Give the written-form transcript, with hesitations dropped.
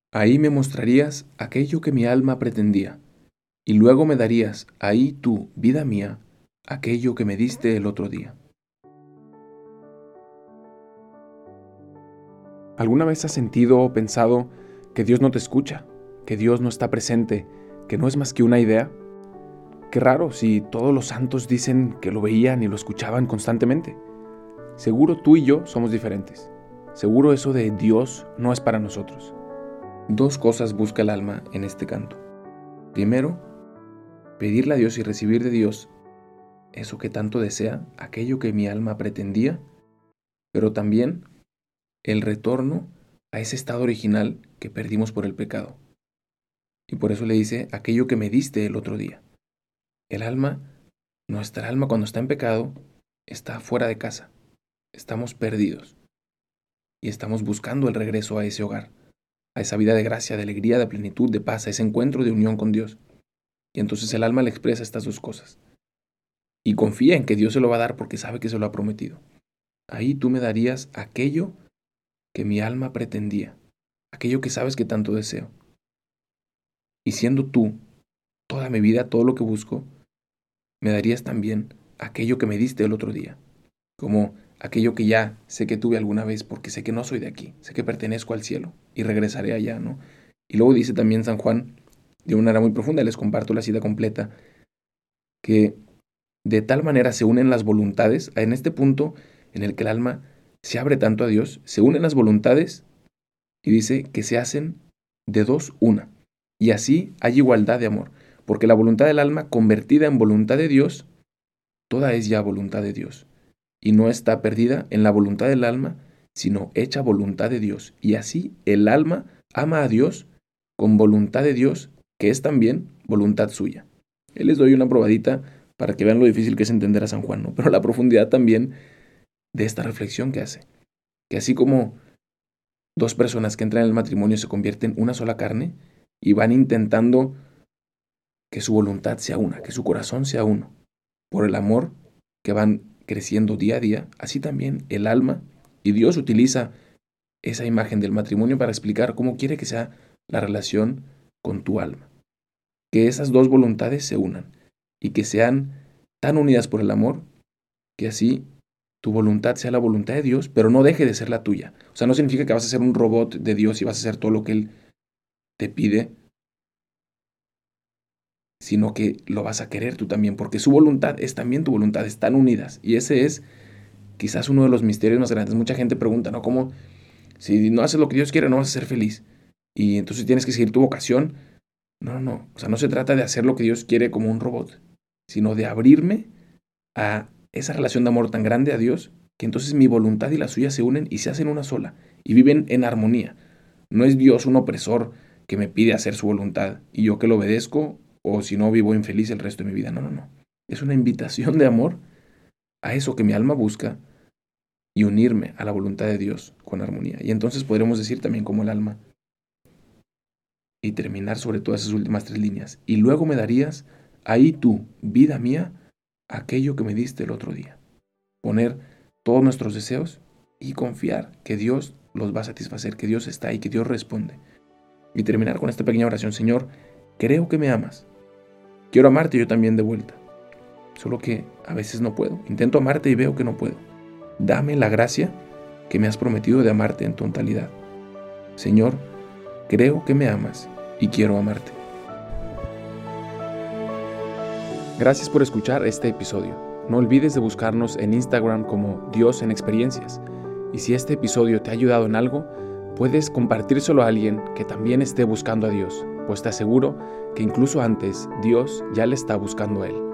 Ahí me mostrarías aquello que mi alma pretendía, y luego me darías, ahí tú, vida mía, aquello que me diste el otro día. ¿Alguna vez has sentido o pensado que Dios no te escucha, que Dios no está presente, que no es más que una idea? Qué raro si todos los santos dicen que lo veían y lo escuchaban constantemente. Seguro tú y yo somos diferentes. Seguro eso de Dios no es para nosotros. Dos cosas busca el alma en este canto. Primero, pedirle a Dios y recibir de Dios eso que tanto desea, aquello que mi alma pretendía, pero también el retorno a ese estado original que perdimos por el pecado. Y por eso le dice, aquello que me diste el otro día. El alma, nuestra alma cuando está en pecado, está fuera de casa. Estamos perdidos. Y estamos buscando el regreso a ese hogar, a esa vida de gracia, de alegría, de plenitud, de paz, a ese encuentro de unión con Dios. Y entonces el alma le expresa estas dos cosas. Y confía en que Dios se lo va a dar porque sabe que se lo ha prometido. Ahí tú me darías aquello que mi alma pretendía, aquello que sabes que tanto deseo. Y siendo tú toda mi vida, todo lo que busco, me darías también aquello que me diste el otro día, como aquello que ya sé que tuve alguna vez porque sé que no soy de aquí, sé que pertenezco al cielo y regresaré allá, ¿no? Y luego dice también San Juan, de una manera muy profunda, les comparto la cita completa, que de tal manera se unen las voluntades, en este punto en el que el alma se abre tanto a Dios, se unen las voluntades y dice que se hacen de dos una. Y así hay igualdad de amor, porque la voluntad del alma convertida en voluntad de Dios, toda es ya voluntad de Dios. Y no está perdida en la voluntad del alma, sino hecha voluntad de Dios. Y así el alma ama a Dios con voluntad de Dios, que es también voluntad suya. Les doy una probadita para que vean lo difícil que es entender a San Juan, ¿no? Pero la profundidad también de esta reflexión que hace. Que así como dos personas que entran en el matrimonio se convierten en una sola carne y van intentando que su voluntad sea una, que su corazón sea uno, por el amor que van creciendo día a día, así también el alma, y Dios utiliza esa imagen del matrimonio para explicar cómo quiere que sea la relación con tu alma. Que esas dos voluntades se unan y que sean tan unidas por el amor que así tu voluntad sea la voluntad de Dios, pero no deje de ser la tuya. O sea, no significa que vas a ser un robot de Dios y vas a hacer todo lo que Él te pide, sino que lo vas a querer tú también, porque su voluntad es también tu voluntad, están unidas. Y ese es quizás uno de los misterios más grandes. Mucha gente pregunta, ¿no? ¿Cómo si no haces lo que Dios quiere no vas a ser feliz? Y entonces tienes que seguir tu vocación. No, no, no. O sea, no se trata de hacer lo que Dios quiere como un robot, sino de abrirme a esa relación de amor tan grande a Dios, que entonces mi voluntad y la suya se unen y se hacen una sola, y viven en armonía. No es Dios un opresor que me pide hacer su voluntad y yo que lo obedezco, o si no vivo infeliz el resto de mi vida. No, no, no. Es una invitación de amor a eso que mi alma busca y unirme a la voluntad de Dios con armonía. Y entonces podremos decir también como el alma y terminar sobre todas esas últimas tres líneas. Y luego me darías, ahí tú, vida mía, aquello que me diste el otro día. Poner todos nuestros deseos y confiar que Dios los va a satisfacer, que Dios está ahí, que Dios responde. Y terminar con esta pequeña oración. Señor, creo que me amas. Quiero amarte yo también de vuelta. Solo que a veces no puedo. Intento amarte y veo que no puedo. Dame la gracia que me has prometido de amarte en totalidad. Señor, creo que me amas y quiero amarte. Gracias por escuchar este episodio. No olvides de buscarnos en Instagram como Dios en Experiencias. Y si este episodio te ha ayudado en algo, puedes compartírselo a alguien que también esté buscando a Dios, pues te aseguro que incluso antes Dios ya le está buscando a él.